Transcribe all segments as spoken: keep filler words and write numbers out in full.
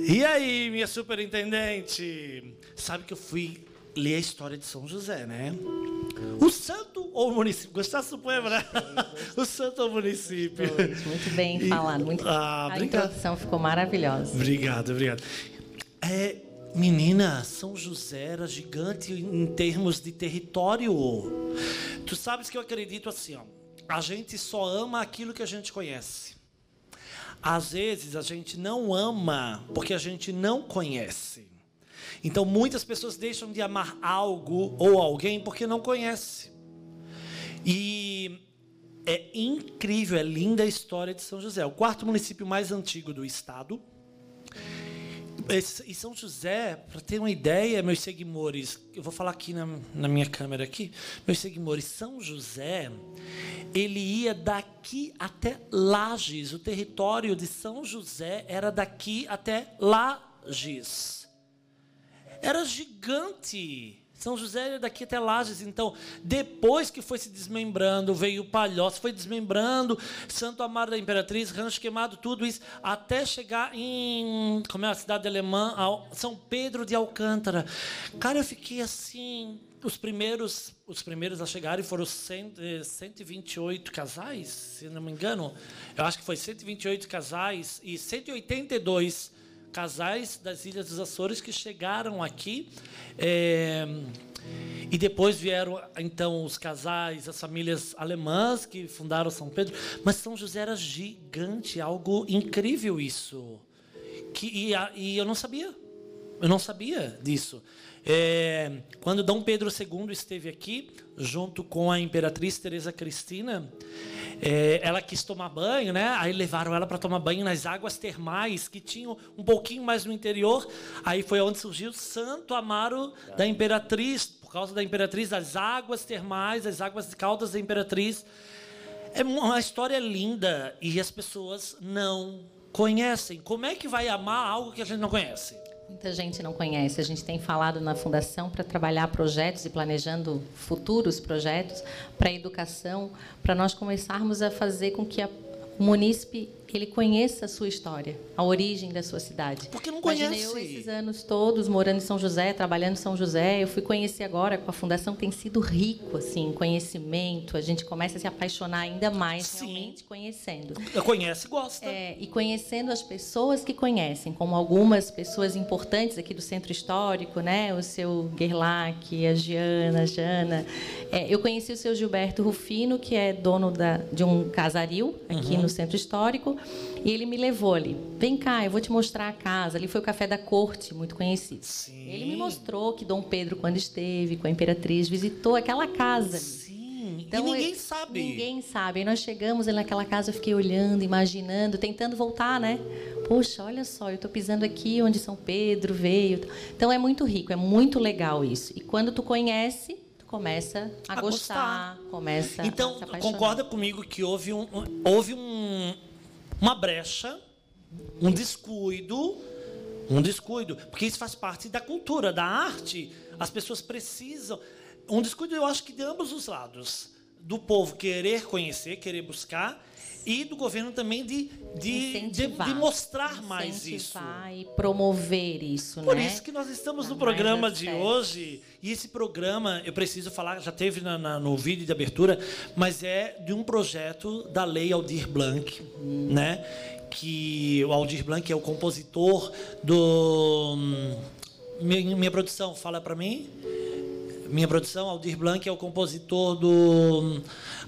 E aí, minha superintendente? Sabe que eu fui ler a história de São José, né? O santo ou o município? Gostasse do poema, né? O santo ou o município? Muito bem falado. Muito... Ah, a introdução ficou maravilhosa. Obrigado, obrigado. É, menina, São José era gigante em termos de território. Tu sabes que eu acredito assim, ó. A gente só ama aquilo que a gente conhece. Às vezes, a gente não ama porque a gente não conhece. Então, muitas pessoas deixam de amar algo ou alguém porque não conhece. E é incrível, é linda a história de São José. O quarto município mais antigo do estado. E São José, para ter uma ideia, meus seguidores, eu vou falar aqui na, na minha câmera aqui, meus seguidores, São José, ele ia daqui até Lages. O território de São José era daqui até Lages. Era gigante. São José era daqui até Lages. Então, depois que foi se desmembrando, veio Palhoça, foi desmembrando, Santo Amaro da Imperatriz, Rancho Queimado, tudo isso, até chegar em, como é a cidade alemã, São Pedro de Alcântara. Cara, eu fiquei assim, os primeiros, os primeiros a chegarem foram cento e vinte e oito casais, se não me engano. Eu acho que foi cento e vinte e oito casais e cento e oitenta e dois casais das Ilhas dos Açores que chegaram aqui. É, e depois vieram, então, os casais, as famílias alemãs que fundaram São Pedro. Mas São José era gigante, algo incrível isso. Que, e, e eu não sabia. Eu não sabia disso. É, quando Dom Pedro segundo esteve aqui, junto com a imperatriz Teresa Cristina, é, ela quis tomar banho, né? Aí levaram ela para tomar banho nas águas termais que tinham um pouquinho mais no interior. Aí foi onde surgiu Santo Amaro da Imperatriz, por causa da Imperatriz, das águas termais, as águas de Caldas da Imperatriz. É uma história linda e as pessoas não conhecem. Como é que vai amar algo que a gente não conhece? Muita gente não conhece. A gente tem falado na Fundação para trabalhar projetos e planejando futuros projetos para a educação, para nós começarmos a fazer com que a, o munícipe ele conheça a sua história, a origem da sua cidade. Porque não conhece. Imagina eu esses anos todos morando em São José, trabalhando em São José, eu fui conhecer agora com a Fundação, tem sido rico assim, em conhecimento, a gente começa a se apaixonar ainda mais. Sim. Realmente conhecendo. Conhece e gosta. É, e conhecendo as pessoas que conhecem, como algumas pessoas importantes aqui do Centro Histórico, né? O seu Gerlach, a Giana, a Jana. É, eu conheci o seu Gilberto Rufino, que é dono da, de um casaril aqui uhum. no Centro Histórico. E ele me levou ali. Vem cá, eu vou te mostrar a casa. Ali foi o Café da Corte, muito conhecido. Sim. Ele me mostrou que Dom Pedro, quando esteve com a Imperatriz, visitou aquela casa. Sim. Então, e ninguém eu, sabe. Ninguém sabe. Aí nós chegamos ali naquela casa, eu fiquei olhando, imaginando, tentando voltar, né? Poxa, olha só, eu estou pisando aqui onde São Pedro veio. Então, é muito rico, é muito legal isso. E quando tu conhece... começa a, a gostar, gostar, começa então, a se apaixonar. Concorda comigo que houve, um, houve um, uma brecha, um descuido, um descuido, porque isso faz parte da cultura, da arte. As pessoas precisam... Um descuido, eu acho que de ambos os lados. Do povo querer conhecer, querer buscar, e do governo também de, de, de, de mostrar mais isso. Incentivar e promover isso. Por né? isso que nós estamos Dá no programa de certo. hoje. E esse programa, eu preciso falar, já teve na, na, no vídeo de abertura, mas é de um projeto da Lei Aldir Blanc, hum. né? Que o Aldir Blanc é o compositor do... Minha, minha produção, fala para mim. Minha produção, Aldir Blanc é o compositor do...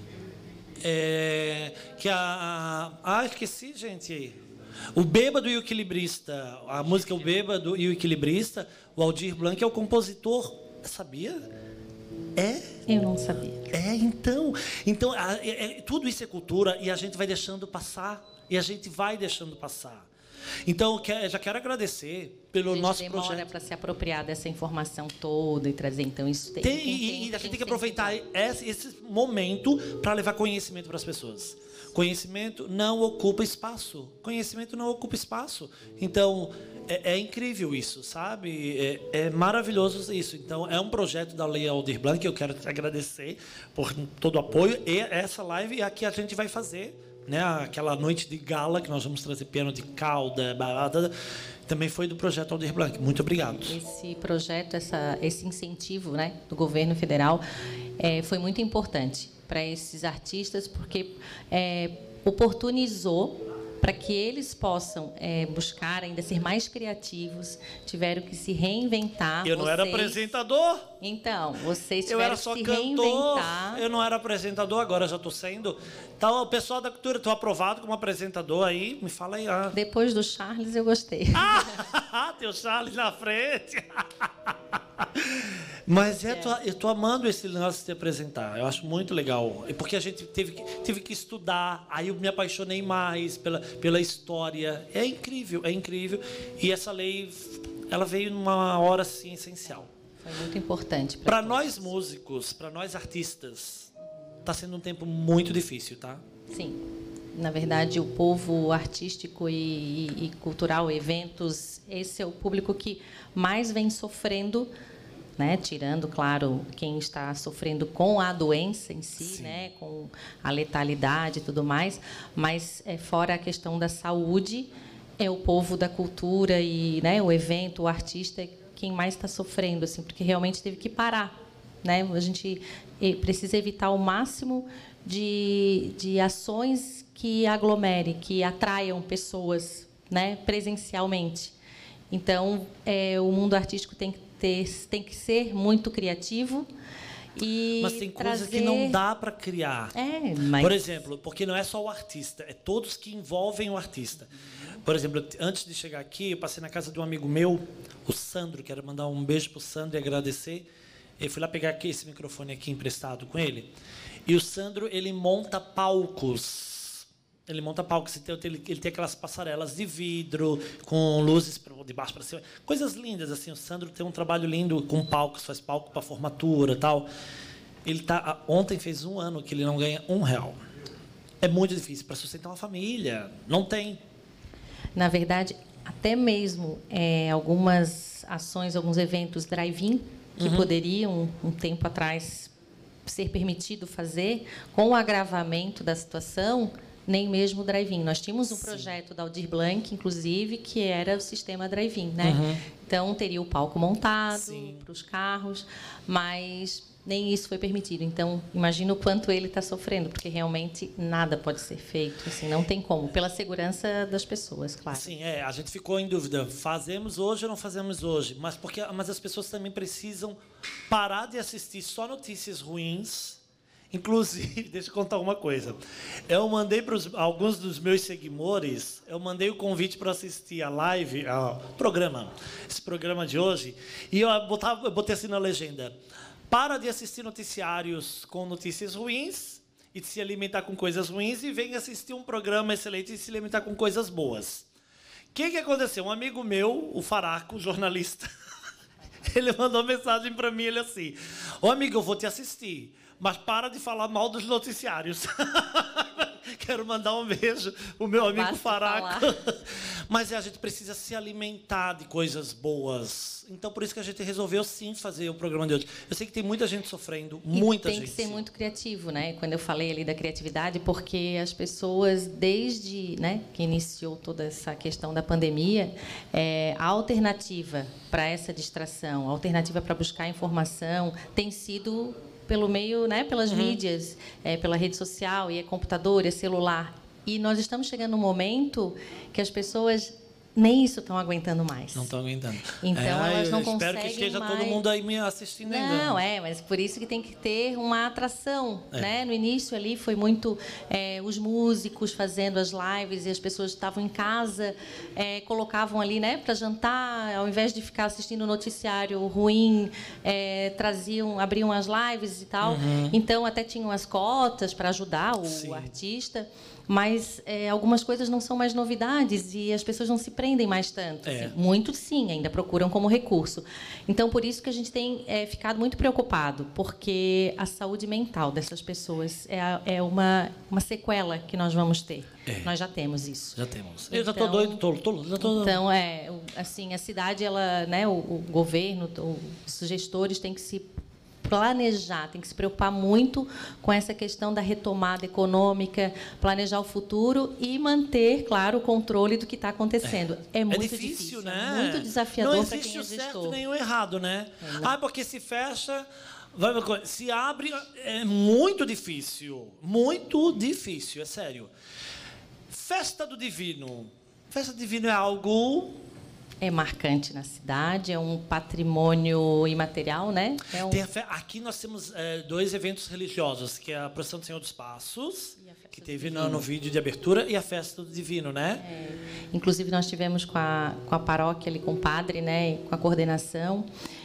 É, que a, ah, esqueci, gente. O Bêbado e o Equilibrista. A música O Bêbado e o Equilibrista. O Aldir Blanc é o compositor. Sabia? É? Eu não sabia. É, então. Então, é, é, tudo isso é cultura e a gente vai deixando passar. E a gente vai deixando passar. Então, eu já quero agradecer pelo nosso projeto. A gente demora para se apropriar dessa informação toda e trazer. Então, isso tem, tem, tem, e, tem, e a gente tem que tem aproveitar esse, esse momento para levar conhecimento para as pessoas. Conhecimento não ocupa espaço. Conhecimento não ocupa espaço. Então, é, é incrível isso, sabe? É, é maravilhoso isso. Então, é um projeto da Lei Aldir Blanc. Eu quero te agradecer por todo o apoio. E essa live é a que a gente vai fazer, né? Aquela noite de gala que nós vamos trazer piano de cauda, balada. Também foi do projeto Aldir Blanc. Muito obrigado. Esse projeto, essa, esse incentivo, né, do governo federal é, foi muito importante para esses artistas, porque é, oportunizou para que eles possam é, buscar ainda ser mais criativos, tiveram que se reinventar. Eu não vocês... era apresentador. Então, vocês tiveram eu era só que se cantor, reinventar. Eu não era apresentador, agora já estou sendo. Então, o pessoal da cultura, estou aprovado como apresentador aí, me fala aí. Ah. Depois do Charles, eu gostei. Ah, tem o Charles na frente. Mas é, tô, eu estou amando esse lance de te apresentar. Eu acho muito legal. Porque a gente teve que, teve que estudar. Aí eu me apaixonei mais pela, pela história. É incrível, é incrível. E essa lei, ela veio numa hora, assim, essencial. Foi muito importante. Para nós músicos, para nós artistas, está sendo um tempo muito difícil, tá? Sim. Na verdade, o povo artístico e, e, e cultural, eventos, esse é o público que mais vem sofrendo, né? Tirando, claro, quem está sofrendo com a doença em si, né? Com a letalidade e tudo mais, mas é, fora a questão da saúde, é o povo da cultura e, né, o evento, o artista, é quem mais está sofrendo, assim, porque realmente teve que parar, né? A gente precisa evitar o máximo de, de ações que aglomerem, que atraiam pessoas, né, presencialmente. Então, é, o mundo artístico tem que ter, tem que ser muito criativo e mas tem coisas trazer... que não dá para criar. É, mas... Por exemplo, porque não é só o artista, é todos que envolvem o artista. Por exemplo, antes de chegar aqui, eu passei na casa de um amigo meu, o Sandro, quero mandar um beijo para o Sandro e agradecer. Eu fui lá pegar aqui esse microfone aqui emprestado com ele. E o Sandro, ele monta palcos. Ele monta palcos, ele tem aquelas passarelas de vidro, com luzes de baixo para cima. Coisas lindas, assim. O Sandro tem um trabalho lindo com palcos, faz palco para formatura e tal. Ele tá, ontem fez um ano que ele não ganha um real. É muito difícil para sustentar uma família. Não tem. Na verdade, até mesmo é, algumas ações, alguns eventos drive-in que uhum. poderiam, um tempo atrás, ser permitido fazer, com o agravamento da situação, nem mesmo o drive-in. Nós tínhamos um Sim. projeto da Aldir Blanc, inclusive, que era o sistema drive-in, né? Uhum. Então, teria o palco montado para os carros, mas nem isso foi permitido. Então, imagina o quanto ele está sofrendo, porque realmente nada pode ser feito. Assim, não tem como, pela segurança das pessoas, claro. Sim, é, a gente ficou em dúvida. Fazemos hoje ou não fazemos hoje? Mas, porque, mas as pessoas também precisam parar de assistir só notícias ruins. Inclusive, deixa eu contar uma coisa. Eu mandei para alguns dos meus seguidores, eu mandei o convite para assistir a live, ao programa, esse programa de hoje, e eu, botava, eu botei assim na legenda: para de assistir noticiários com notícias ruins e de se alimentar com coisas ruins e vem assistir um programa excelente e se alimentar com coisas boas. O que, que aconteceu? Um amigo meu, o Faraco, jornalista, ele mandou mensagem para mim, ele assim: ô amigo, eu vou te assistir, mas para de falar mal dos noticiários. Quero mandar um beijo o meu amigo Basta Faraco. falar. Mas a gente precisa se alimentar de coisas boas. Então, por isso que a gente resolveu, sim, fazer o programa de hoje. Eu sei que tem muita gente sofrendo, muita e tem gente. que ser sim. muito criativo, né? Quando eu falei ali da criatividade, porque as pessoas, desde, né, que iniciou toda essa questão da pandemia, é, a alternativa para essa distração, a alternativa para buscar informação tem sido pelo meio, né, pelas uhum. mídias, é, pela rede social, e é computador, é celular. E nós estamos chegando num momento que as pessoas nem isso estão aguentando mais. Não estão aguentando. Então, é, elas não eu conseguem espero que esteja mais... todo mundo aí me assistindo não, ainda. Não, é, mas por isso que tem que ter uma atração. É. Né? No início ali foi muito é, os músicos fazendo as lives e as pessoas estavam em casa, é, colocavam ali, né, para jantar, ao invés de ficar assistindo o noticiário ruim, é, traziam, abriam as lives e tal. Uhum. Então, até tinham as cotas para ajudar o Sim. artista. Mas é, algumas coisas não são mais novidades e as pessoas não se prendem mais tanto. É. Assim, muitos, sim, ainda procuram como recurso. Então, por isso que a gente tem é, ficado muito preocupado, porque a saúde mental dessas pessoas é, a, é uma, uma sequela que nós vamos ter. É. Nós já temos isso. Já temos. Então, Eu já estou doido, tô, tô, já tô... Então, é, assim, a cidade, ela, né, o, o governo, os gestores têm que se planejar, tem que se preocupar muito com essa questão da retomada econômica, planejar o futuro e manter, claro, o controle do que está acontecendo. É muito é difícil, difícil, né? É muito desafiador para quem é gestor. Não existe o certo nem o errado, né? É, ah, porque se fecha, vai, se abre, é muito difícil, muito difícil, é sério. Festa do Divino. Festa do Divino é algo... É marcante na cidade, é um patrimônio imaterial, né? É um... Tem fe... Aqui nós temos é, dois eventos religiosos, que é a Procissão do Senhor dos Passos, que teve no, no vídeo de abertura, e a Festa do Divino, né? É. Inclusive, nós tivemos com a, com a paróquia ali, com o padre, né? Com a coordenação.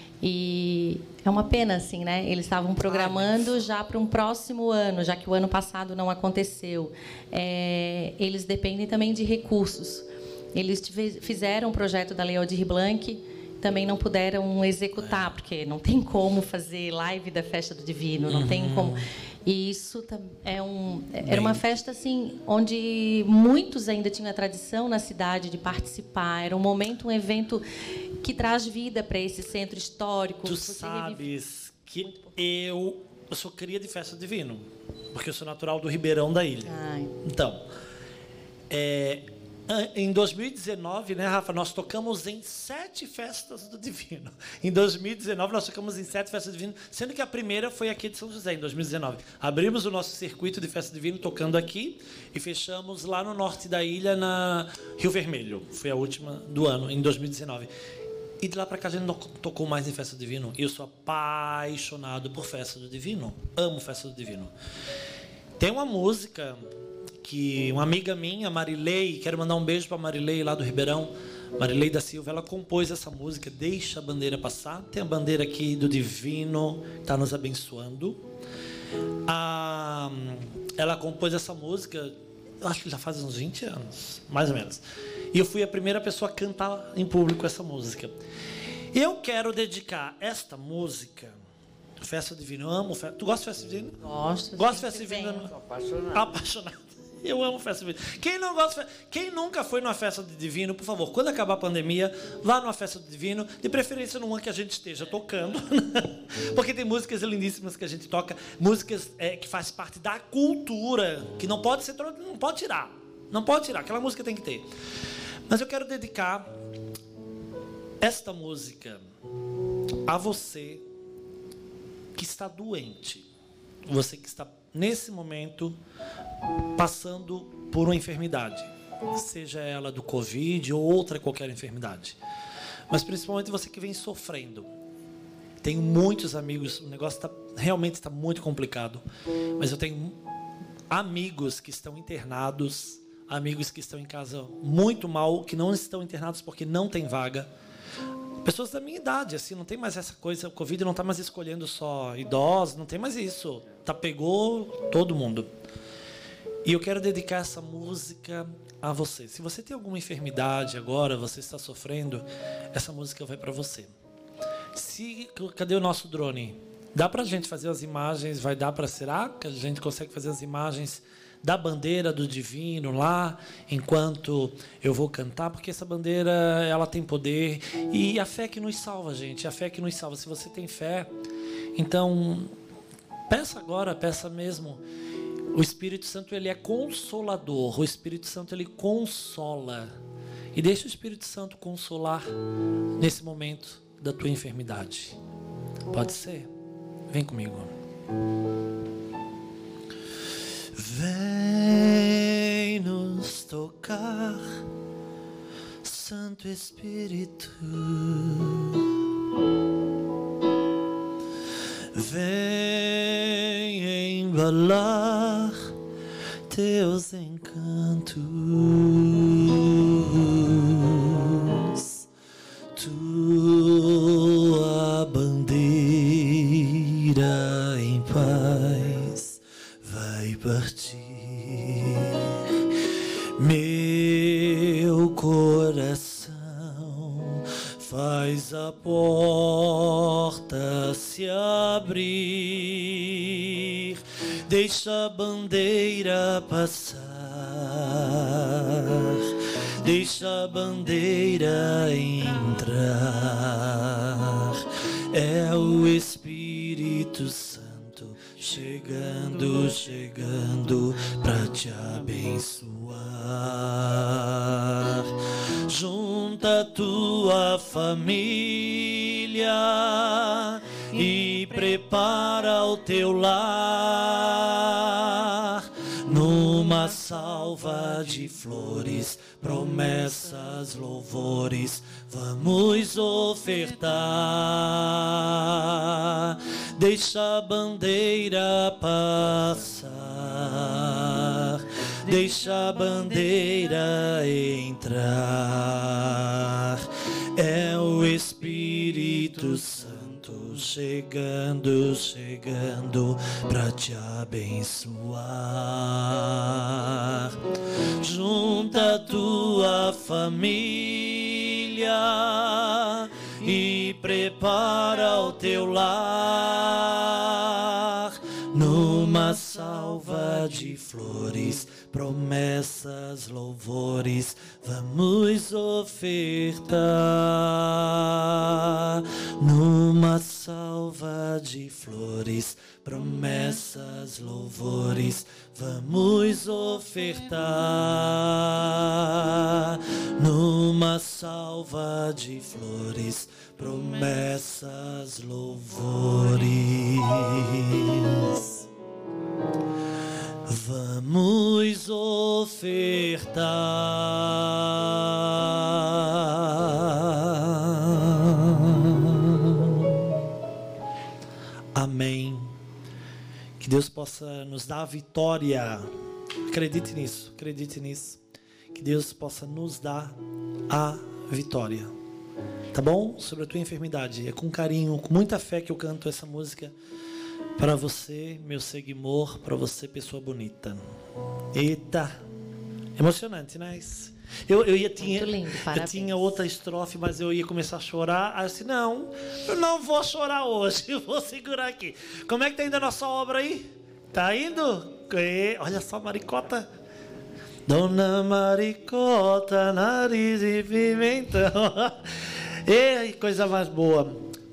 E é uma pena, assim, né? Eles estavam programando Ai, já para um próximo ano, já que o ano passado não aconteceu. É, eles dependem também de recursos. Eles fizeram o projeto da Lei Aldir Blanc, também não puderam executar, porque não tem como fazer live da Festa do Divino, não uhum. tem como. E isso é um, era uma festa assim, onde muitos ainda tinham a tradição na cidade de participar. Era um momento, um evento que traz vida para esse centro histórico. Tu sabes que eu, eu sou cria de Festa do Divino, porque eu sou natural do Ribeirão da Ilha. Ai. Então, é... em dois mil e dezenove, né, Rafa, nós tocamos em sete festas do Divino. Em dois mil e dezenove, nós tocamos em sete festas do Divino, sendo que a primeira foi aqui de São José, em dois mil e dezenove. Abrimos o nosso circuito de Festa do Divino tocando aqui e fechamos lá no norte da ilha, na Rio Vermelho. Foi a última do ano, em dois mil e dezenove. E de lá para cá a gente não tocou mais em Festa do Divino. Eu sou apaixonado por Festa do Divino. Amo Festa do Divino. Tem uma música... que uma amiga minha, Marilei, quero mandar um beijo para Marilei lá do Ribeirão, Marilei da Silva, ela compôs essa música, Deixa a Bandeira Passar. Tem a bandeira aqui do Divino, está nos abençoando. Ah, ela compôs essa música, eu acho que já faz uns vinte anos, mais ou menos. E eu fui a primeira pessoa a cantar em público essa música. Eu quero dedicar esta música... Festa do Divino, eu amo festa. Tu gosta de Festa do Divino? Gosto. Gosto de Festa do Divino? Estou apaixonado. Apaixonado. Eu amo Festa do Divino. Quem não gosta, quem nunca foi numa Festa do Divino, por favor, quando acabar a pandemia, vá numa Festa do Divino, de preferência numa que a gente esteja tocando, porque tem músicas lindíssimas que a gente toca, músicas é, que faz parte da cultura, que não pode ser, não pode tirar, não pode tirar, aquela música tem que ter. Mas eu quero dedicar esta música a você que está doente, você que está nesse momento passando por uma enfermidade, seja ela do Covid ou outra qualquer enfermidade, mas principalmente você que vem sofrendo. Tenho muitos amigos, o negócio tá, realmente está muito complicado, mas eu tenho amigos que estão internados, amigos que estão em casa muito mal, que não estão internados porque não tem vaga. Pessoas da minha idade, assim, não tem mais essa coisa, o Covid não está mais escolhendo só idosos, não tem mais isso. Tá, pegou todo mundo. E eu quero dedicar essa música a você. Se você tem alguma enfermidade agora, você está sofrendo, essa música vai para você. Se, cadê o nosso drone? Dá para a gente fazer as imagens, vai dar para, será que a gente consegue fazer as imagens da bandeira do Divino lá, enquanto eu vou cantar, porque essa bandeira, ela tem poder, e a fé que nos salva, gente, a fé que nos salva. Se você tem fé, então, peça agora, peça mesmo. O Espírito Santo, ele é consolador, o Espírito Santo, ele consola, e deixa o Espírito Santo consolar nesse momento da tua enfermidade. Pode ser? Vem comigo. Vem nos tocar, Santo Espírito. Vem embalar teus encantos, tua bandeira em paz vai partir. Meu coração faz a porta se abrir, deixa a bandeira passar, deixa a bandeira entrar. É o Espírito Espírito Santo, chegando, chegando pra te abençoar. Junta tua família e prepara o teu lar numa salva de flores, promessas, louvores, vamos ofertar. Deixa a bandeira passar, deixa a bandeira entrar. É o Espírito Santo chegando, chegando pra te abençoar. Junta tua família e prepara o teu lar numa salva de flores, promessas, louvores, vamos ofertar. Numa salva de flores, promessas, louvores, vamos ofertar. Numa salva de flores, promessas, louvores, vamos ofertar. Amém. Que Deus possa nos dar a vitória. Acredite nisso, acredite nisso. Que Deus possa nos dar a vitória. Tá bom? Sobre a tua enfermidade. É com carinho, com muita fé que eu canto essa música para você, meu seguidor, para você, pessoa bonita. Eita! Emocionante, né? Eu, eu, ia, tinha, Muito lindo, eu tinha outra estrofe, mas eu ia começar a chorar. Aí eu disse, não, eu não vou chorar hoje, eu vou segurar aqui. Como é que tá indo a nossa obra aí? Tá indo? E, olha só, Maricota. Dona Maricota, nariz e pimentão. E coisa mais boa.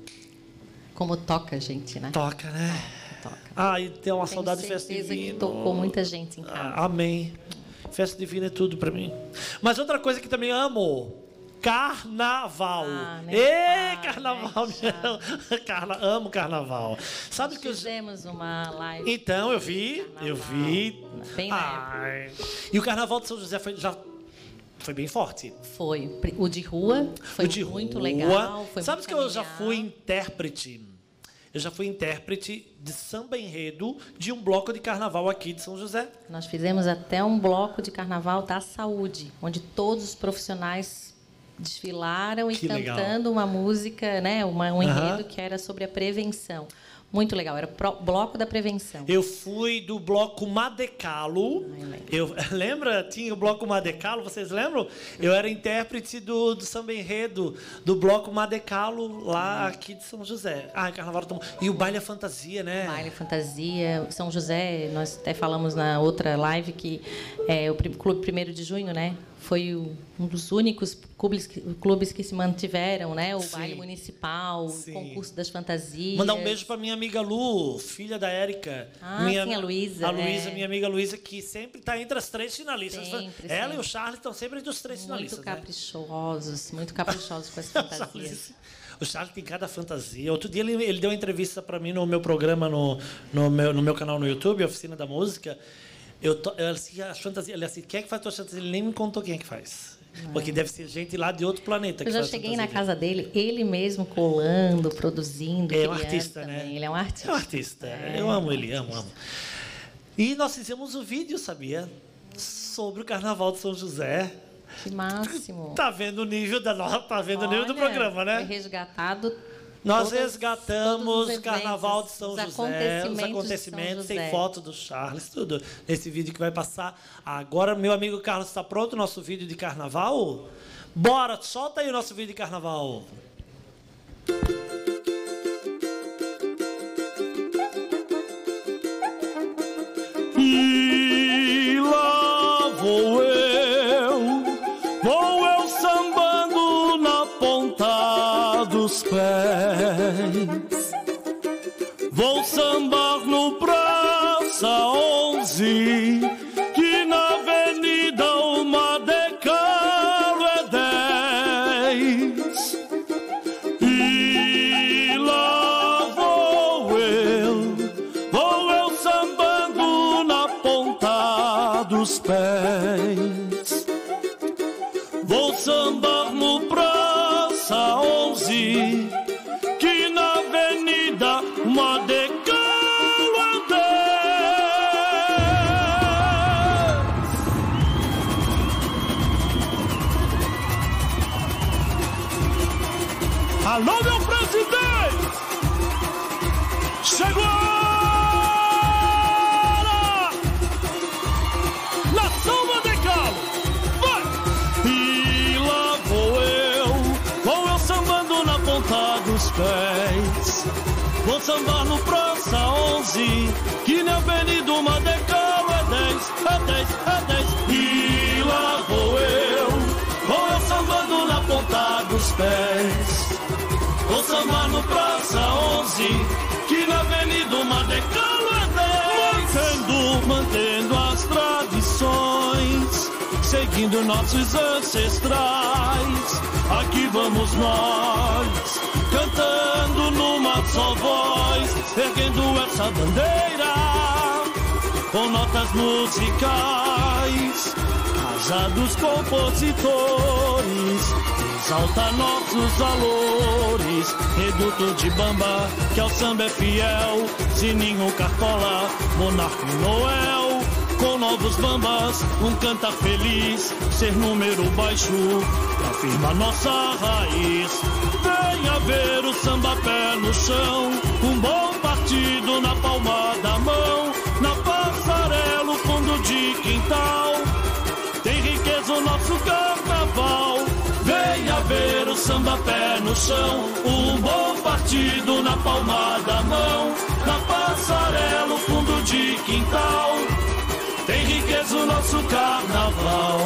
Como toca, gente, né? Toca, né? Toca. Ah, e tem uma Tenho saudade de festa certeza divina. que tocou muita gente em casa. Ah, amém. Festa divina é tudo pra mim. Mas outra coisa que também amo, carnaval. Ah, né? Ê, Ah, carnaval. né? Meu. Carna... Amo carnaval. Sabe Nós que eu... fizemos uma live. Então, eu vi, Carnaval. eu vi. Bem na Ai. E o carnaval de São José foi, já foi bem forte. Foi. O de rua foi o de muito rua. legal. Foi Sabe muito que eu já familiar. fui intérprete? Eu já fui intérprete de samba enredo de um bloco de carnaval aqui de São José. Nós fizemos até um bloco de carnaval da saúde, onde todos os profissionais desfilaram e Que legal. cantando uma música, né, uma, um Aham. enredo que era sobre a prevenção. Muito legal, era o pro- bloco da prevenção. Eu fui do bloco Madecalo. Ai, lembro. Eu, lembra? Tinha o bloco Madecalo, vocês lembram? Eu era intérprete do, do samba enredo do bloco Madecalo lá aqui de São José. Ah, carnaval tão... E o baile é fantasia, né? Baile, fantasia, São José, nós até falamos na outra live que é, o Pri- Clube primeiro de junho, né, foi o- um dos únicos clubes que, clubes que se mantiveram, né, o Sim. baile municipal, Sim. o concurso das fantasias. Mandar um beijo para minha amiga Lu, filha da Érica. Ah, minha, sim, a Luísa, A Luísa, é. minha amiga Luísa, que sempre está entre as três finalistas. Sempre, Ela sempre. e o Charles estão sempre entre os três Muito finalistas. Né? caprichosos, muito caprichosos com as fantasias. O Charles tem cada fantasia. Outro dia ele, ele deu uma entrevista para mim no meu programa, no, no, meu, no meu canal no YouTube, Oficina da Música. Eu, to, eu assim, as fantasias, ele assim, quem é que faz tua fantasia? Ele nem me contou quem é que faz. Porque deve ser gente lá de outro planeta. Eu que já faz cheguei fantasia. na casa dele, ele mesmo colando, produzindo, É um criando artista, também. né? Ele é um artista. É um artista. É, eu amo ele, amo, amo. E nós fizemos um vídeo, sabia? Sobre o Carnaval de São José. Que máximo. Tá vendo o nível da no... tá vendo o nível do Olha, programa, né? Foi resgatado. Nós todas- resgatamos todos os o Carnaval de eventos, São os José, os acontecimentos de acontecimentos, São tem José. foto do Charles, tudo. Nesse vídeo que vai passar. Agora, meu amigo Carlos, está pronto o nosso vídeo de Carnaval? Bora, solta aí o nosso vídeo de Carnaval. E lá vou eu, vou eu sambando na ponta dos pés. Vou sambar no Praça onze, que na Avenida o Madecaro é dez. E lá vou eu, vou eu sambando na ponta dos pés. Vou sambar no Praça onze, que na Avenida Madecaro é dez. Alô, meu presidente! Chegou a hora! Nação Madecaro! Vai! E lá vou eu, vou eu sambando na ponta dos pés. Vou sambar no Praça onze, que na Avenida Madecaro é dez, é dez, é dez. E lá vou eu, vou eu sambando na ponta dos pés. Vou sambar no Praça onze, que na Avenida Madecaro é dez. Mantendo, mantendo as tradições, seguindo nossos ancestrais. Aqui vamos nós, cantando numa só voz, erguendo essa bandeira com notas musicais. Casa dos compositores exalta nossos valores. Reduto de Bamba, que ao samba é fiel. Sininho, Cartola, Monarca e Noel. Com novos bambas, um canta feliz. Ser número baixo, afirma nossa raiz. Venha ver o samba pé no chão, um bom partido na palma da mão. Na passarela, o fundo de quintal, tem riqueza o nosso carnaval. Venha ver o samba pé no chão, um bom partido na palma da mão. Na passarela, o fundo de quintal, tem riqueza o nosso carnaval.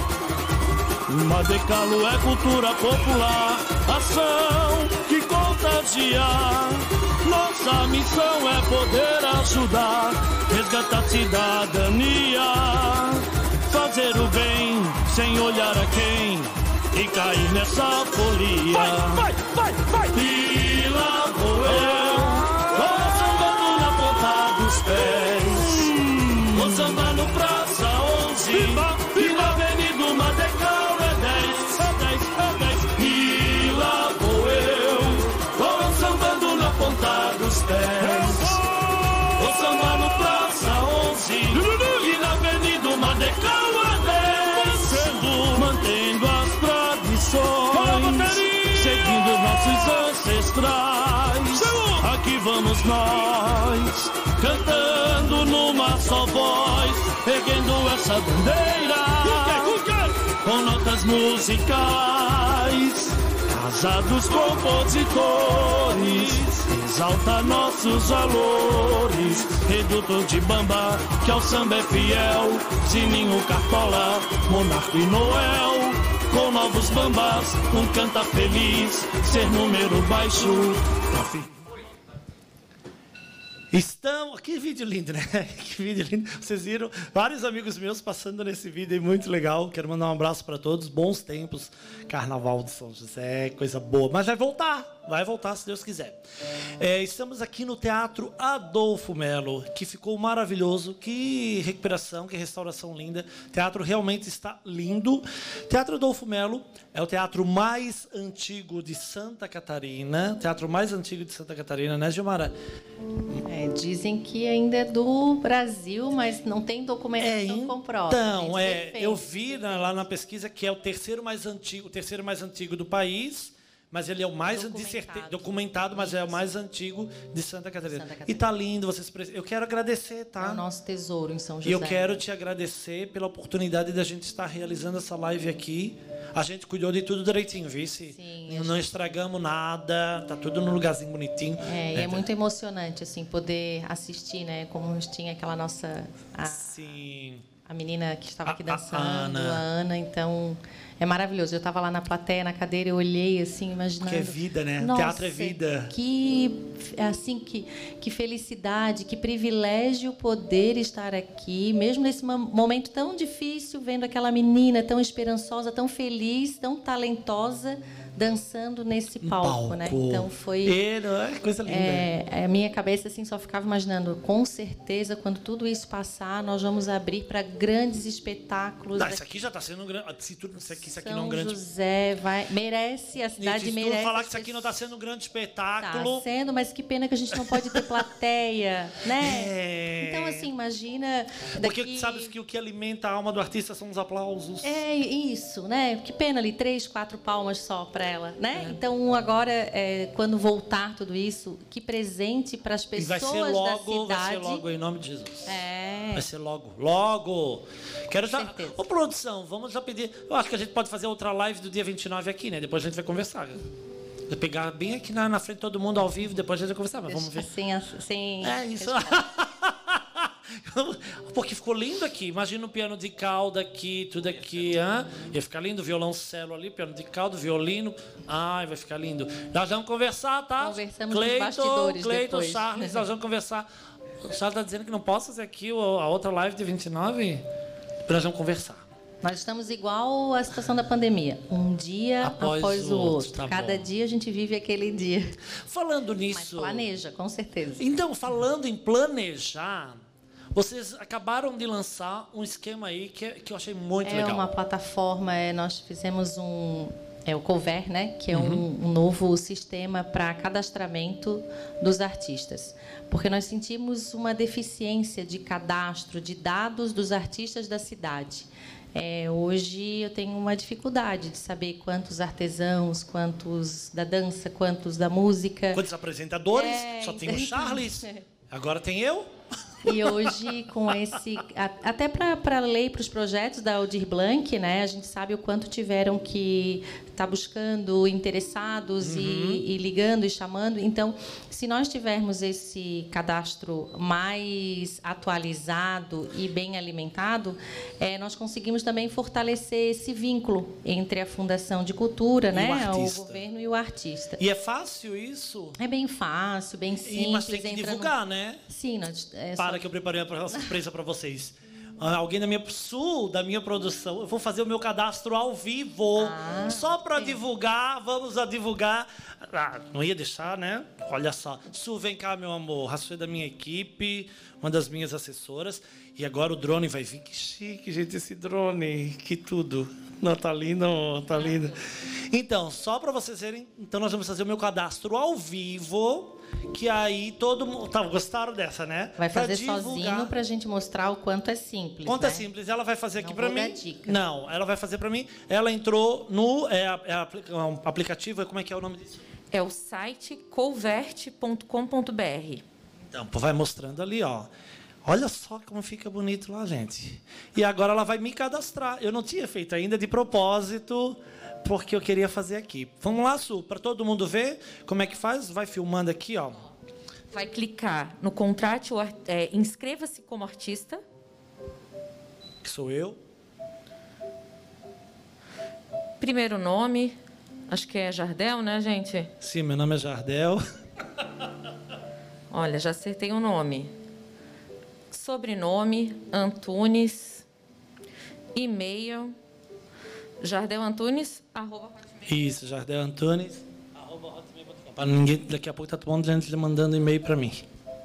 Madecaro é cultura popular, ação que contagia. Nossa missão é poder ajudar, resgatar cidadania, fazer o bem sem olhar a quem e cair nessa folia. Vai, vai, vai, vai! E lá vou eu, vou sambando na ponta dos pés. Vou sambar no Praça onze, e na Avenida Madecaro é dez, é dez, é dez. E lá vou eu, vou sambando na ponta dos pés. Vou sambar no Praça onze, e na Avenida Madecaro é dez. Sendo, mantendo as tradições, seguindo nossos ancestrais. Aqui vamos nós, cantando numa só voz, erguendo essa bandeira com notas musicais. Casa dos compositores exalta nossos valores. Reduto de Bamba, que ao samba é fiel. Sininho, Cartola, Monarca e Noel. Com novos bambas, um canta feliz. Ser número baixo. Estão... Que vídeo lindo, né? Que vídeo lindo. Vocês viram vários amigos meus passando nesse vídeo, muito legal. Quero mandar um abraço para todos. Bons tempos. Carnaval de São José, coisa boa. Mas vai voltar. Vai voltar, se Deus quiser. É, estamos aqui no Teatro Adolfo Melo, que ficou maravilhoso. Que recuperação, que restauração linda. O teatro realmente está lindo. Teatro Adolfo Melo é o teatro mais antigo de Santa Catarina. Teatro mais antigo de Santa Catarina, né, Gilmara? É, dizem que ainda é do Brasil, mas não tem documentação é, comprova. Então, é, eu vi na, lá na pesquisa que é o terceiro mais antigo, o terceiro mais antigo do país, mas ele é o mais documentado, documentado mas é o mais antigo de Santa Catarina. Santa Catarina. E tá lindo, vocês eu quero agradecer, tá? É o nosso tesouro em São José. E eu quero te agradecer pela oportunidade da gente estar realizando essa live aqui. A gente cuidou de tudo direitinho, vice? Sim. Não gente... estragamos nada, tá tudo no lugarzinho bonitinho. É, e é, é muito emocionante assim poder assistir, né? Como tinha aquela nossa a... Sim. a menina que estava aqui A- a dançando, Ana. a Ana. Então, é maravilhoso. Eu estava lá na plateia, na cadeira, eu olhei assim, imaginando... Que é vida, né? Nossa, Teatro é vida. Que, assim, que, que felicidade, que privilégio poder estar aqui, mesmo nesse mo- momento tão difícil, vendo aquela menina tão esperançosa, tão feliz, tão talentosa, dançando nesse palco, né? Então foi É, não é? Coisa linda. é, a minha cabeça assim só ficava imaginando, com certeza quando tudo isso passar, nós vamos abrir para grandes espetáculos. Não, isso aqui já está sendo um grande. Se tudo, isso aqui, isso aqui não é um São grande. José vai merece, a cidade Se tu merece. falar as que isso aqui não está sendo um grande Está espetáculo. sendo, mas que pena que a gente não pode ter plateia, né? É. Então, assim, imagina... Porque daqui... sabes que o que alimenta a alma do artista são os aplausos. É isso, né? Que pena ali, três, quatro palmas só para ela, né? É. Então, agora, é, quando voltar tudo isso, que presente para as pessoas e vai ser logo, da cidade. vai ser logo, em nome de Jesus. É. Vai ser logo, logo. Quero Com já... certeza. Ô, produção, vamos já pedir... Eu acho que a gente pode fazer outra live do dia vinte e nove aqui, né? Depois a gente vai conversar. Vou pegar bem aqui na, na frente de todo mundo ao vivo, depois a gente vai conversar, mas vamos ver. Assim, assim... É isso. Porque ficou lindo aqui. Imagina o piano de cauda aqui, tudo aqui. Hein? Ia ficar lindo, violoncelo ali, piano de cauda, violino. Ai, vai ficar lindo. Nós vamos conversar, tá? Conversamos nos bastidores Cleiton, depois. Charles, nós vamos conversar. O Charles está dizendo que não posso fazer aqui a outra live de vinte e nove. Nós vamos conversar. Nós estamos igual à situação da pandemia. Um dia Após após, o o outro, outro. tá Cada bom. dia a gente vive aquele dia. Falando Mas nisso... planeja, com certeza. Então, falando em planejar, vocês acabaram de lançar um esquema aí que, que eu achei muito É legal. uma plataforma, é, nós fizemos um... É o Cover, né? Que é um, um novo sistema para cadastramento dos artistas. Porque nós sentimos uma deficiência de cadastro de dados dos artistas da cidade. É, hoje eu tenho uma dificuldade de saber quantos artesãos, quantos da dança, quantos da música. Quantos apresentadores? É, Só tem o então- Charles. Agora tem eu. E hoje, com esse... a- Até para a lei, para os projetos da Aldir Blanc, né, a gente sabe o quanto tiveram que estar buscando interessados Uhum. e, e ligando e chamando. Então, se nós tivermos esse cadastro mais atualizado e bem alimentado, eh, nós conseguimos também fortalecer esse vínculo entre a Fundação de Cultura, E o né, o artista. governo e o artista. E é fácil isso? É bem fácil, bem simples. E, mas tem que entra no- divulgar, né? Sim, nós, é Para só- que eu preparei uma surpresa para vocês. Ah, Alguém da minha sul, da minha produção, eu vou fazer o meu cadastro ao vivo, Ah, só para divulgar. Vamos a divulgar. Ah, não ia deixar, né? Olha só, Su, vem cá, meu amor. A Su é da minha equipe, uma das minhas assessoras. E agora o drone vai vir. Que chique, gente, esse drone. Que tudo. Não, tá lindo, amor, tá lindo. Então, só para vocês verem, então nós vamos fazer o meu cadastro ao vivo. Que aí todo mundo. Tá, gostaram dessa, né? Vai Pra fazer divulgar. sozinho para a gente mostrar o quanto é simples. Quanto né? é simples, ela vai fazer aqui Não para vou mim. dar dica. Não, ela vai fazer para mim. Ela entrou no é, é, apli- um aplicativo, como é que é o nome disso? É o site covert ponto com ponto b r. Então, pô, vai mostrando ali, ó. Olha só como fica bonito lá, gente. E agora ela vai me cadastrar. Eu não tinha feito ainda de propósito, porque eu queria fazer aqui. Vamos lá, Su, para todo mundo ver como é que faz. Vai filmando aqui, ó. Vai clicar no contrate, o ar- é, inscreva-se como artista. Que sou eu. Primeiro nome, acho que é Jardel, né, gente? Sim, meu nome é Jardel. Olha, já acertei o nome. Sobrenome, Antunes. E-mail, jardelantunes, arroba hotmail. Isso, Jardel Antunes. arroba hotmail ponto com. Para ninguém, daqui a pouco tá todo mundo gente mandando e-mail para mim.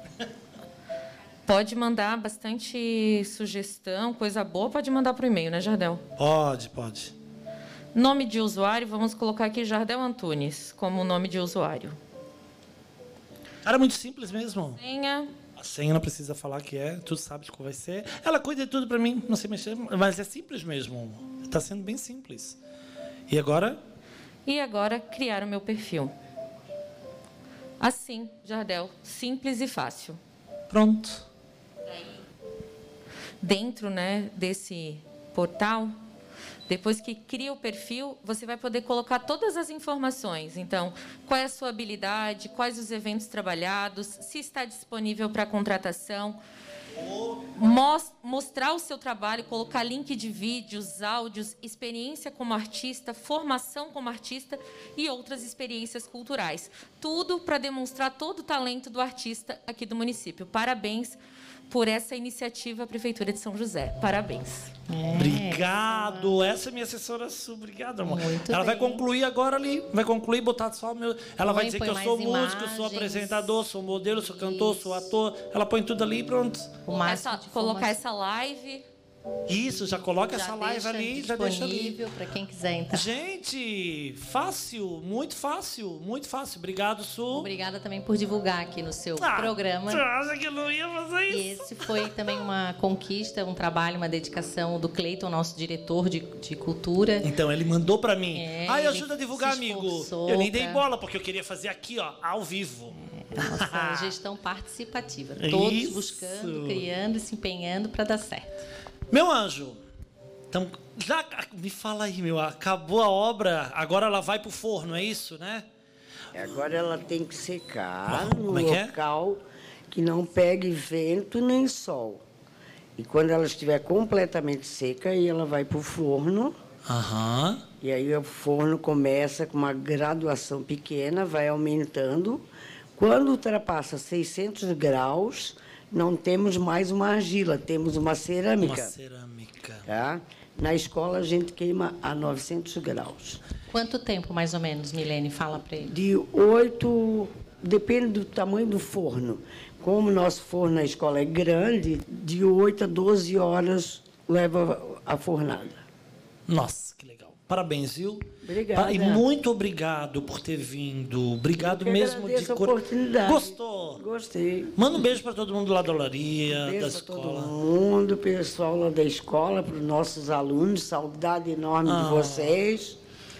Pode mandar bastante sugestão, coisa boa, pode mandar para o e-mail, né, Jardel? Pode, pode. Nome de usuário, vamos colocar aqui Jardel Antunes como nome de usuário. Cara, é muito simples mesmo. Senha, A senha não precisa falar que é, tu sabe de qual vai ser. Ela cuida de tudo para mim, não sei mexer, mas é simples mesmo. Está sendo bem simples. E agora? e agora criar o meu perfil. Assim, Jardel, simples e fácil. Pronto. Dentro, né, desse portal, depois que cria o perfil, você vai poder colocar todas as informações. Então, qual é a sua habilidade, quais os eventos trabalhados, se está disponível para contratação. Mos- mostrar o seu trabalho, colocar link de vídeos, áudios, experiência como artista, formação como artista e outras experiências culturais. Tudo para demonstrar todo o talento do artista aqui do município. Parabéns por essa iniciativa, Prefeitura de São José. Parabéns. É, obrigado. Essa é minha assessora. Obrigado, amor. Muito ela bem. vai concluir agora ali. Vai concluir, botar só o meu. Ela Põe, vai dizer põe que eu mais sou músico, imagens. sou apresentador, sou modelo, sou cantor, sou ator. Ela põe tudo ali e pronto. O máximo Essa, de colocar formação. essa live. Isso, já coloca Já essa live deixa ali, já deixa ali. disponível para quem quiser entrar. Gente, fácil, muito fácil, muito fácil. Obrigado, Su. Obrigada também por divulgar aqui no seu Ah, programa. Você acha que eu não ia fazer E isso? esse foi também uma conquista, um trabalho, uma dedicação do Cleiton, nosso diretor de, de cultura. Então, ele mandou pra mim. É, Ai, ele ajuda a divulgar, se amigo. esforçou Eu nem dei pra- bola, porque eu queria fazer aqui, ó, ao vivo. Nossa gestão participativa. Todos Isso. buscando, criando e se empenhando para dar certo. Meu anjo, então, já me fala aí, meu, acabou a obra, agora ela vai pro forno, é isso, né? Agora ela tem que secar Ah, no como é que é? local que não pegue vento nem sol. E quando ela estiver completamente seca, aí ela vai para o forno. Aham. E aí o forno começa com uma graduação pequena, vai aumentando. Quando ultrapassa seiscentos graus, não temos mais uma argila, temos uma cerâmica. Uma cerâmica. Tá? Na escola a gente queima a novecentos graus. Quanto tempo, mais ou menos, Milene? Fala para ele. De oito, depende do tamanho do forno. Como o nosso forno na escola é grande, de oito a doze horas leva a fornada. Nossa, que legal. Parabéns, viu? Obrigada. E muito obrigado por ter vindo. Obrigado Eu que mesmo de agradeço a cor- oportunidade. Gostou? Gostei. Manda um beijo para todo mundo lá da olaria, da Beijo para todo escola. mundo, pessoal lá da escola, para os nossos alunos. Saudade enorme Ah. de vocês.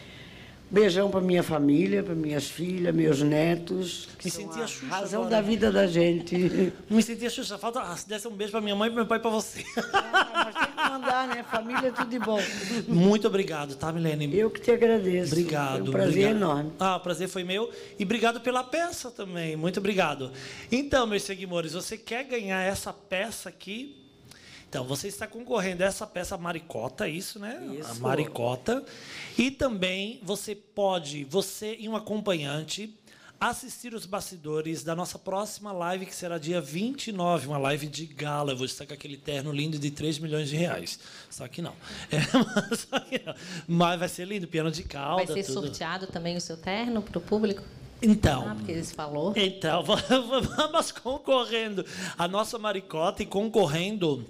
Beijão para minha família, para minhas filhas, meus netos. que Me são senti a a Xuxa razão agora. da vida da gente. Me senti a Xuxa. Falta, ah, se desse um beijo para minha mãe, para meu pai e para você. Mas tem que mandar, né? Família é tudo de bom. Muito obrigado, tá, Milene? Eu que te agradeço. Obrigado. Foi um prazer obrigado. enorme. Ah, o prazer foi meu. E obrigado pela peça também. Muito obrigado. Então, meus seguidores, você quer ganhar essa peça aqui? Então, você está concorrendo a essa peça Maricota, isso, né? Isso. A Maricota. E também você pode, você e um acompanhante, assistir os bastidores da nossa próxima live, que será dia vinte e nove, uma live de gala. Eu vou estar com aquele terno lindo de três milhões de reais. Só que não. É, mas, só que não. Mas vai ser lindo, piano de cauda, Vai ser tudo. sorteado também o seu terno para o público? Então, Ah, porque eles falou. então, vamos concorrendo a nossa Maricota e concorrendo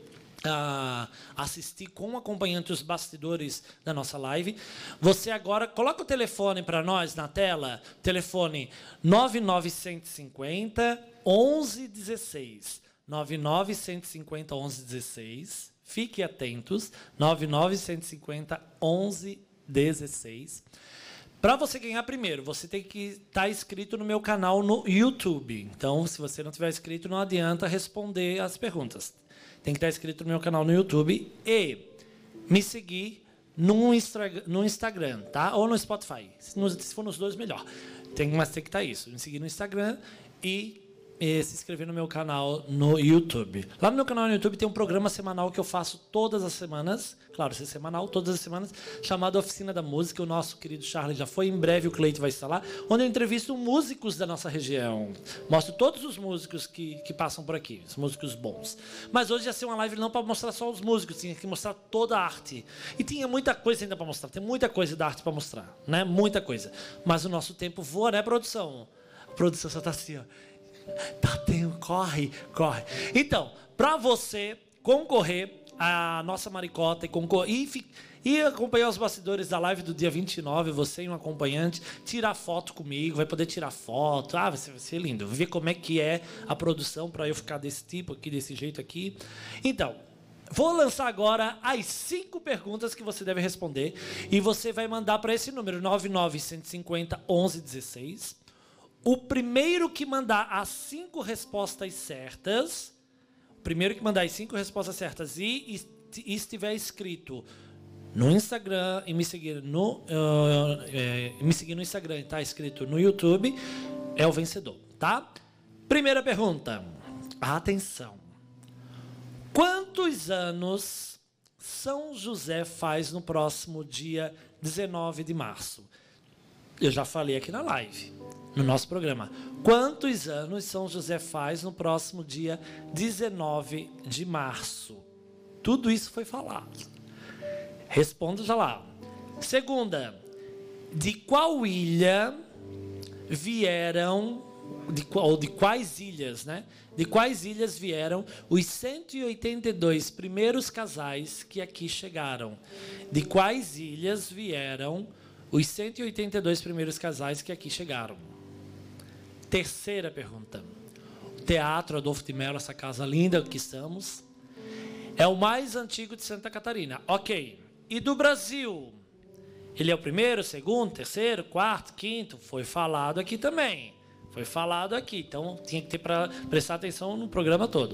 a assistir com o acompanhante os bastidores da nossa live. Você agora coloca o telefone para nós na tela, telefone nove nove cinco cinco zero, onze dezesseis. nove nove cinco cinco zero, onze dezesseis. Fique atentos, nove nove cinco cinco zero, onze dezesseis. Para você ganhar primeiro, você tem que estar inscrito no meu canal no YouTube. Então, se você não tiver inscrito, não adianta responder as perguntas. Tem que estar inscrito no meu canal no YouTube e me seguir no, Instra, no Instagram, tá? Ou no Spotify. Se, nos, se for nos dois, melhor. Tem, mas tem que estar isso. Me seguir no Instagram e, e se inscrever no meu canal no YouTube. Lá no meu canal no YouTube tem um programa semanal que eu faço todas as semanas. Claro, esse é semanal, todas as semanas, chamado Oficina da Música. O nosso querido Charlie já foi, em breve o Cleiton vai estar lá, onde eu entrevisto músicos da nossa região. Mostro todos os músicos que, que passam por aqui, os músicos bons. Mas hoje ia ser uma live não para mostrar só os músicos, tinha que mostrar toda a arte. E tinha muita coisa ainda para mostrar, tem muita coisa da arte para mostrar, né? Muita coisa. Mas o nosso tempo voa, né, produção? A produção só está assim, ó. Tá, tem, corre, corre. Então, para você concorrer a nossa Maricota e, concor e, e acompanhar os bastidores da live do dia vinte e nove, você e um acompanhante, tirar foto comigo, vai poder tirar foto. Ah, vai ser, vai ser lindo. Ver como é que é a produção para eu ficar desse tipo aqui, desse jeito aqui. Então, vou lançar agora as cinco perguntas que você deve responder e você vai mandar para esse número, nove nove cinco cinco zero, onze dezesseis. O primeiro que mandar as cinco respostas certas... Primeiro que mandar as cinco respostas certas e, e estiver escrito no Instagram e me seguir no, uh, é, me seguir no Instagram e está escrito no YouTube, é o vencedor, tá? Primeira pergunta. Atenção. Quantos anos São José faz no próximo dia dezenove de março? Eu já falei aqui na live, no nosso programa. Quantos anos São José faz no próximo dia dezenove de março? Tudo isso foi falado. Responda já lá. Segunda, de qual ilha vieram, de, ou de quais ilhas, né? De quais ilhas vieram os cento e oitenta e dois primeiros casais que aqui chegaram? De quais ilhas vieram os cento e oitenta e dois primeiros casais que aqui chegaram? Terceira pergunta. O Teatro Adolfo de Mello, essa casa linda que estamos, é o mais antigo de Santa Catarina. Ok. E do Brasil? Ele é o primeiro, segundo, terceiro, quarto, quinto? Foi falado aqui também. Foi falado aqui. Então, tinha que ter para prestar atenção no programa todo.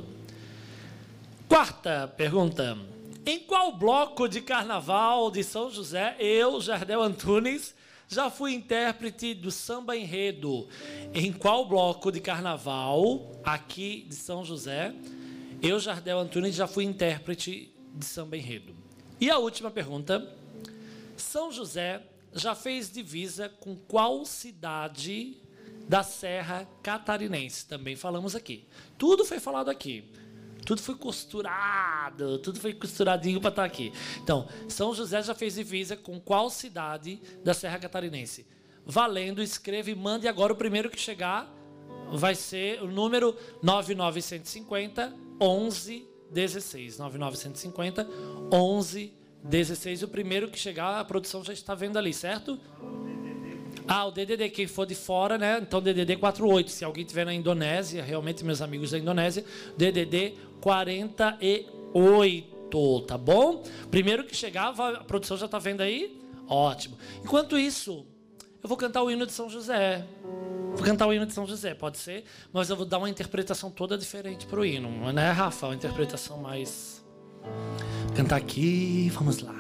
Quarta pergunta. Em qual bloco de carnaval de São José, eu, Jardel Antunes, já fui intérprete do samba enredo? Em qual bloco de carnaval, aqui de São José, eu, Jardel Antunes, já fui intérprete de samba enredo? E a última pergunta. São José já fez divisa com qual cidade da Serra Catarinense? Também falamos aqui. Tudo foi falado aqui. Tudo foi costurado, tudo foi costuradinho para estar aqui. Então, São José já fez divisa com qual cidade da Serra Catarinense? Valendo, escreva e mande agora. O primeiro que chegar vai ser o número nove nove um cinco zero, onze dezesseis. nove nove um cinco zero, onze dezesseis. O primeiro que chegar, a produção já está vendo ali, certo? Ah, o D D D, quem for de fora, né? Então, D D D quarenta e oito. Se alguém estiver na Indonésia, realmente, meus amigos da Indonésia, D D D quarenta e oito, tá bom? Primeiro que chegar, a produção já está vendo aí? Ótimo. Enquanto isso, eu vou cantar o hino de São José. Vou cantar o hino de São José, pode ser? Mas eu vou dar uma interpretação toda diferente para o hino, né, Rafa? Uma interpretação mais... Vou cantar aqui, vamos lá.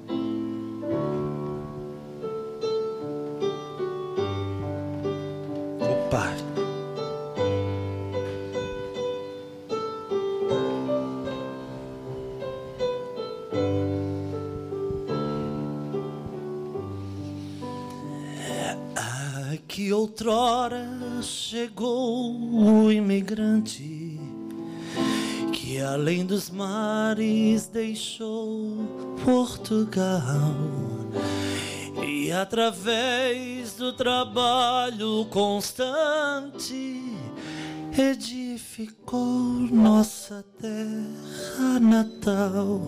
Opa! Aqui outrora chegou o imigrante que além dos mares deixou Portugal. E através do trabalho constante edificou nossa terra natal.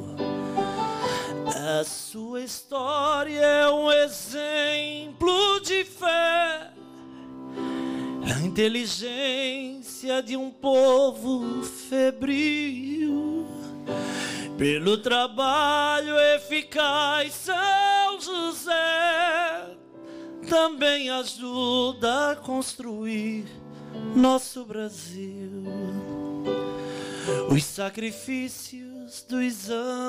A sua história é um exemplo de fé, a inteligência de um povo febril. Pelo trabalho eficaz, São José também ajuda a construir nosso Brasil. Os sacrifícios dos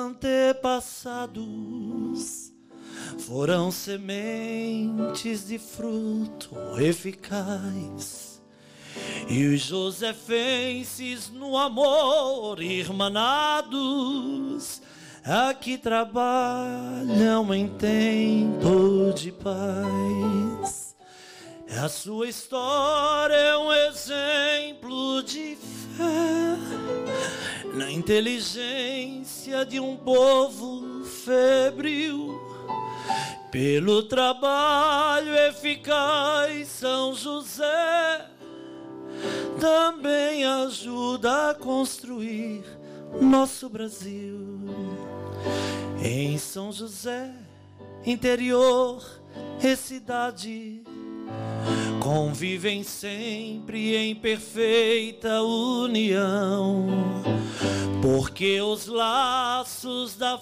antepassados foram sementes de fruto eficaz. E os josefenses no amor irmanados aqui trabalham em tempo de paz. A sua história é um exemplo de fé na inteligência de um povo febril. Pelo trabalho eficaz, São José também ajuda a construir nosso Brasil. Em São José, interior e cidade convivem sempre em perfeita união, porque os laços da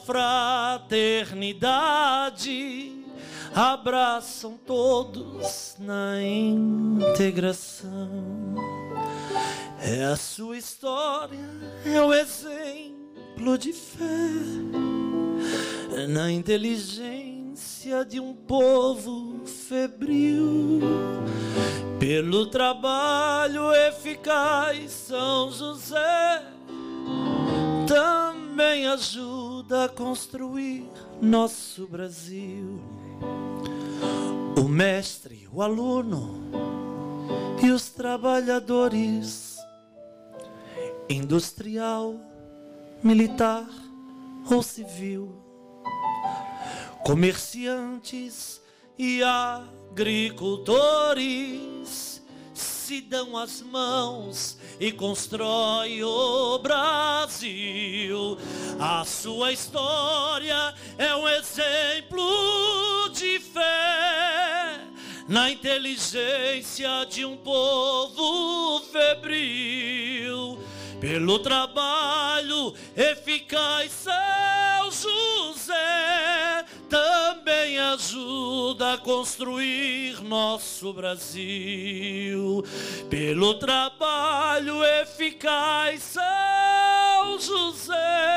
fraternidade abraçam todos na integração. É a sua história, é o exemplo de fé na inteligência de um povo febril. Pelo trabalho eficaz, São José também ajuda a construir nosso Brasil. O mestre, o aluno e os trabalhadores, industrial, militar ou civil, comerciantes e agricultores, se dão as mãos e constrói o Brasil. A sua história é um exemplo de fé na inteligência de um povo febril. Pelo trabalho eficaz, São José também ajuda a construir nosso Brasil. Pelo trabalho eficaz, São José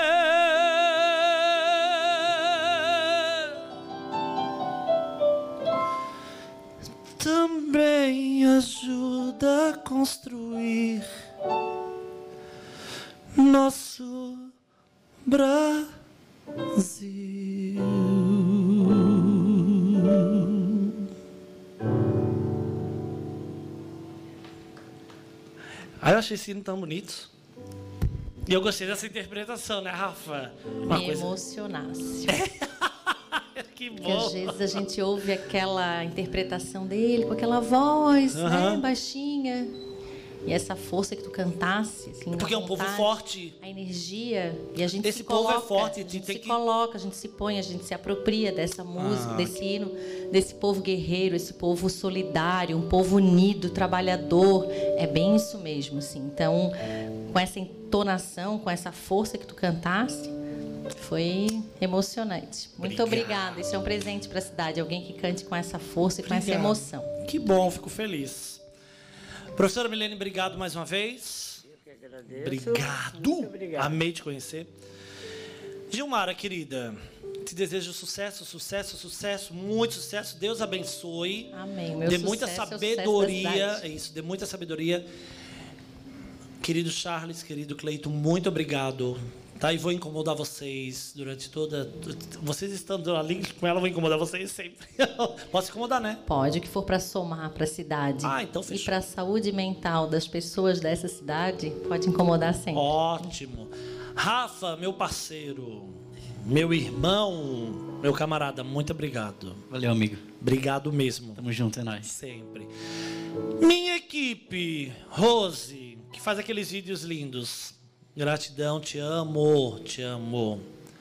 também ajuda a construir nosso Brasil. Aí eu achei esse hino tão bonito. E eu gostei dessa interpretação, né, Rafa? Uma Me coisa... emocionasse. Que bom. Porque às vezes a gente ouve aquela interpretação dele com aquela voz, uhum, né, baixinha. E essa força que tu cantasse, assim, porque é um vontade, povo forte. A energia. E a gente Esse se povo coloca, é forte. a gente tem se que... coloca, a gente se põe, a gente se apropria dessa música, ah, desse hino, desse povo guerreiro, esse povo solidário, um povo unido, trabalhador. É bem isso mesmo, assim. Então, com essa entonação, com essa força que tu cantasse, foi emocionante. Muito obrigada. Isso é um presente para a cidade. Alguém que cante com essa força e com Obrigado. Essa emoção. Que bom, fico feliz. Professora Milene, obrigado mais uma vez. Eu que agradeço. Obrigado. Muito obrigado. Amei te conhecer. Gilmara, querida, te desejo sucesso, sucesso, sucesso, muito sucesso. Deus abençoe. Amém. Meu dê muita sabedoria. É É isso, dê muita sabedoria. Querido Charles, querido Cleito, muito obrigado. Tá, e vou incomodar vocês durante toda... Vocês estando ali com ela, eu vou incomodar vocês sempre. Posso incomodar, né? Pode, que for para somar para a cidade. Ah, então fechou. E para a saúde mental das pessoas dessa cidade, pode incomodar sempre. Ótimo. Rafa, meu parceiro, meu irmão, meu camarada, muito obrigado. Valeu, amigo. Obrigado mesmo. Tamo junto, é nóis. Sempre. Minha equipe, Rose, que faz aqueles vídeos lindos. Gratidão, te amo, te amo.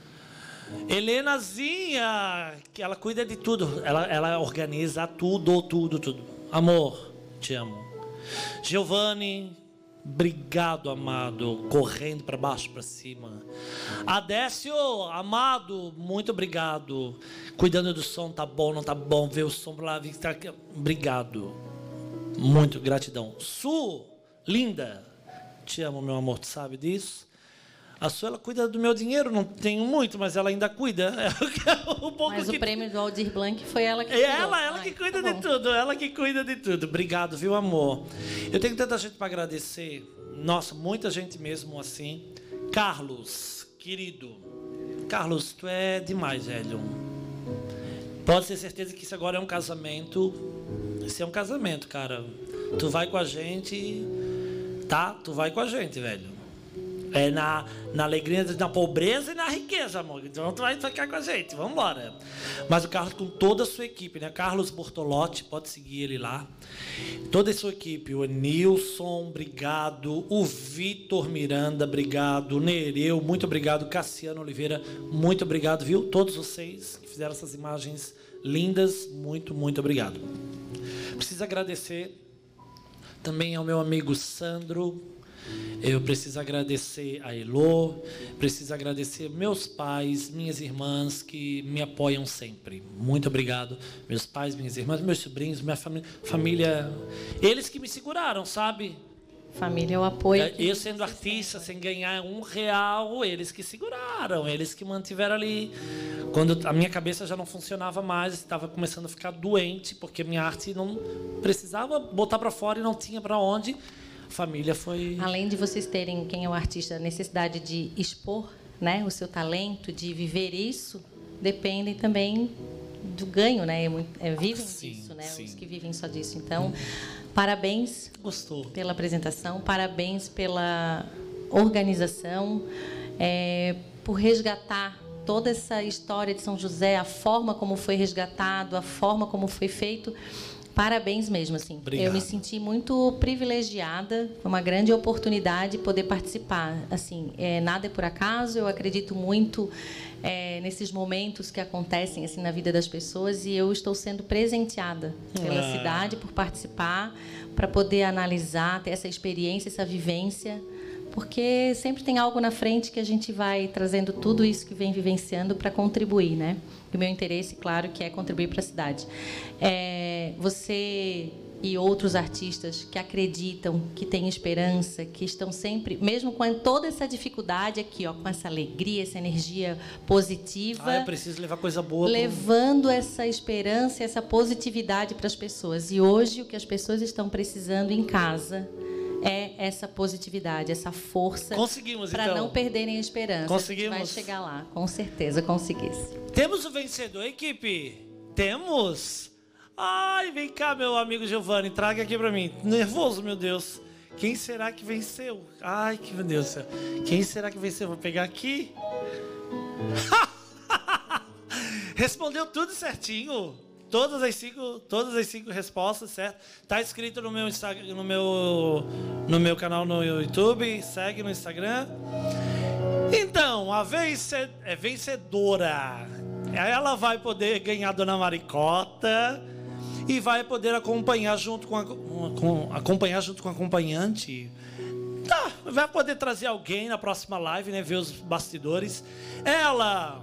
Helenazinha, que ela cuida de tudo. Ela, ela organiza tudo, tudo, tudo. Amor, te amo. Giovanni, obrigado, amado. Correndo para baixo, para cima. Adécio, amado, muito obrigado. Cuidando do som, tá bom, não tá bom. Ver o som lá, tá aqui. Obrigado. Muito gratidão. Su, linda. Te amo, meu amor, tu sabe disso? A sua, ela cuida do meu dinheiro, não tenho muito, mas ela ainda cuida. um pouco mas que... o prêmio do Aldir Blanc foi ela que é cuidou. Ela, ela Ai, que cuida tá de tudo, ela que cuida de tudo. Obrigado, viu, amor? Eu tenho tanta gente para agradecer. Nossa, muita gente mesmo assim. Carlos, querido. Carlos, tu é demais, velho. Pode ter certeza que isso agora é um casamento. Isso é um casamento, cara. Tu vai com a gente... Tá? Tu vai com a gente, velho. É na, na alegria, na pobreza e na riqueza, amor. Então tu vai ficar com a gente. Vamos embora. Mas o Carlos com toda a sua equipe, né? Carlos Bortolotti, pode seguir ele lá. Toda a sua equipe. O Nilson, obrigado. O Vitor Miranda, obrigado. O Nereu, muito obrigado. Cassiano Oliveira, muito obrigado, viu? Todos vocês que fizeram essas imagens lindas, muito, muito obrigado. Preciso agradecer também ao meu amigo Sandro. Eu preciso agradecer a Elô, preciso agradecer meus pais, minhas irmãs que me apoiam sempre. Muito obrigado. Meus pais, minhas irmãs, meus sobrinhos, minha família, família, eles que me seguraram, sabe? Família é o apoio. Eu sendo artista, sem ganhar um real, eles que seguraram, eles que mantiveram ali. Quando a minha cabeça já não funcionava mais, estava começando a ficar doente, porque minha arte não precisava botar para fora e não tinha para onde. família foi... Além de vocês terem, quem é o artista, a necessidade de expor, né, o seu talento, de viver isso, dependem também do ganho, né? É, vivem sim, disso, né? Sim. Os que vivem só disso. Então, parabéns Gostou. pela apresentação, parabéns pela organização, é, por resgatar toda essa história de São José, a forma como foi resgatado, a forma como foi feito. Parabéns mesmo, assim. Obrigado. Eu me senti muito privilegiada, foi uma grande oportunidade poder participar. Assim, é, nada é por acaso. Eu acredito muito é, nesses momentos que acontecem assim na vida das pessoas, e eu estou sendo presenteada pela Ah. cidade por participar, para poder analisar, ter essa experiência, essa vivência, porque sempre tem algo na frente que a gente vai trazendo tudo isso que vem vivenciando para contribuir, né? O meu interesse, claro, que é contribuir para a cidade. É, você e outros artistas que acreditam, que têm esperança, que estão sempre, mesmo com toda essa dificuldade aqui, ó, com essa alegria, essa energia positiva, Ah, eu preciso levar coisa boa. levando essa esperança, essa positividade para as pessoas. E hoje o que as pessoas estão precisando em casa é essa positividade, essa força Conseguimos, para então. não perderem a esperança. Conseguimos. A gente vai chegar lá, com certeza, conseguisse. Temos o vencedor, equipe? Temos? Ai, vem cá, meu amigo Giovanni, traga aqui pra mim. Nervoso, meu Deus. Quem será que venceu? Ai, que meu Deus do céu. Quem será que venceu? Vou pegar aqui. Respondeu tudo certinho. Todas as cinco, todas as cinco respostas, certo? Tá escrito no meu Instagram, no meu, no meu canal no YouTube. Segue no Instagram. Então, a vence, é vencedora. Ela vai poder ganhar a Dona Maricota e vai poder acompanhar junto com, a, com acompanhar junto com a acompanhante. Tá, vai poder trazer alguém na próxima live, né? Ver os bastidores. Ela,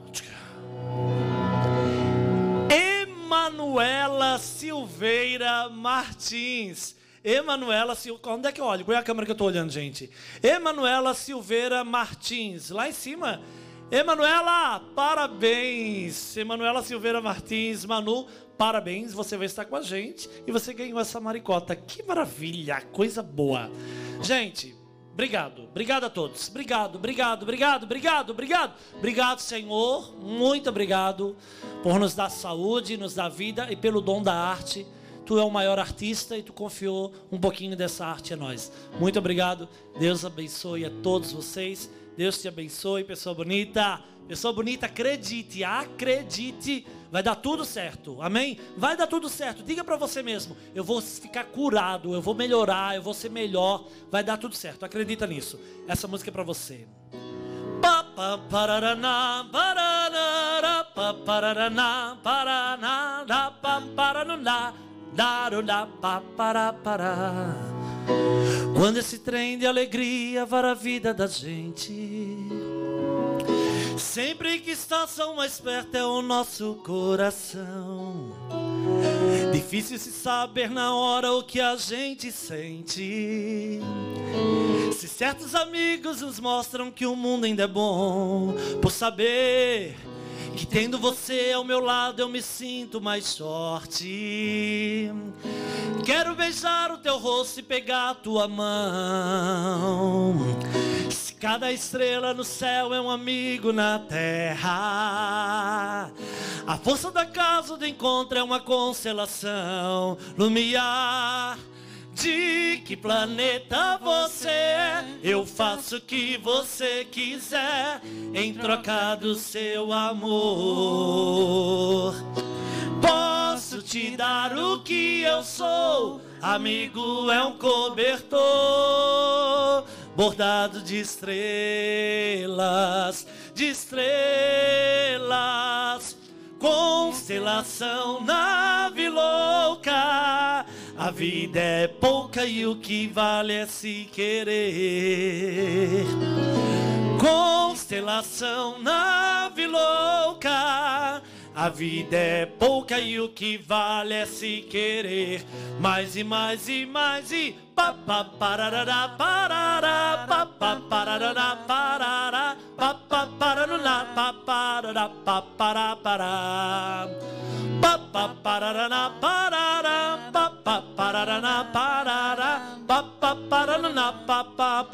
Emanuela Silveira Martins. Emanuela Silveira. Onde é que eu olho? Qual é a câmera que eu tô olhando, gente? Emanuela Silveira Martins. Lá em cima. Emanuela, parabéns. Emanuela Silveira Martins. Manu, parabéns. Você vai estar com a gente e você ganhou essa maricota. Que maravilha, coisa boa. Gente, obrigado. Obrigado a todos. Obrigado, obrigado, obrigado, obrigado, obrigado. Obrigado, Senhor. Muito obrigado por nos dar saúde, nos dar vida e pelo dom da arte. Tu é o maior artista e tu confiou um pouquinho dessa arte a nós. Muito obrigado. Deus abençoe a todos vocês. Deus te abençoe, pessoa bonita. Pessoa bonita, acredite, acredite. Vai dar tudo certo, amém? Vai dar tudo certo. Diga pra você mesmo: eu vou ficar curado, eu vou melhorar, eu vou ser melhor. Vai dar tudo certo, acredita nisso. Essa música é pra você. Pa pa pararana, pararara, pa pararana, parana, da pa pararana, daruna, pa para para. Quando esse trem de alegria var a vida da gente, sempre que estação mais perto é o nosso coração. Difícil se saber na hora o que a gente sente. Se certos amigos nos mostram que o mundo ainda é bom, por saber que tendo você ao meu lado eu me sinto mais forte. Quero beijar o teu rosto e pegar a tua mão. Se cada estrela no céu é um amigo na terra, a força da casa do encontro é uma constelação. Lumiar, de que planeta você é? Eu faço o que você quiser em troca do seu amor. Posso te dar o que eu sou. Amigo é um cobertor bordado de estrelas, de estrelas. Constelação, nave louca. A vida é pouca e o que vale é se querer. Constelação, nave louca. A vida é pouca e o que vale é se querer. Mais e mais e mais e pa pa parará parará pa pa parará parará pa pa parará pa parará pa pará pará pa pa parará parará pa pa parará parará pa pa parará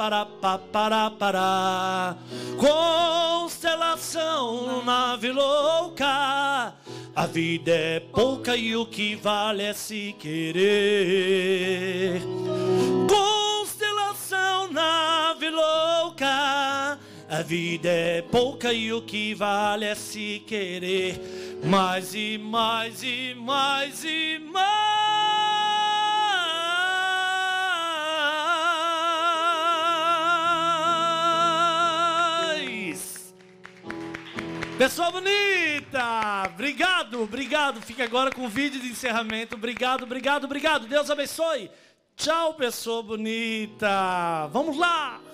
para, para, para, para. Constelação, nave louca. A vida é pouca e o que vale é se querer. Constelação, nave louca. A vida é pouca e o que vale é se querer. Mais e mais e mais e mais. Pessoal bonita, obrigado, obrigado. Fica agora com o vídeo de encerramento. Obrigado, obrigado, obrigado. Deus abençoe. Tchau, pessoa bonita. Vamos lá.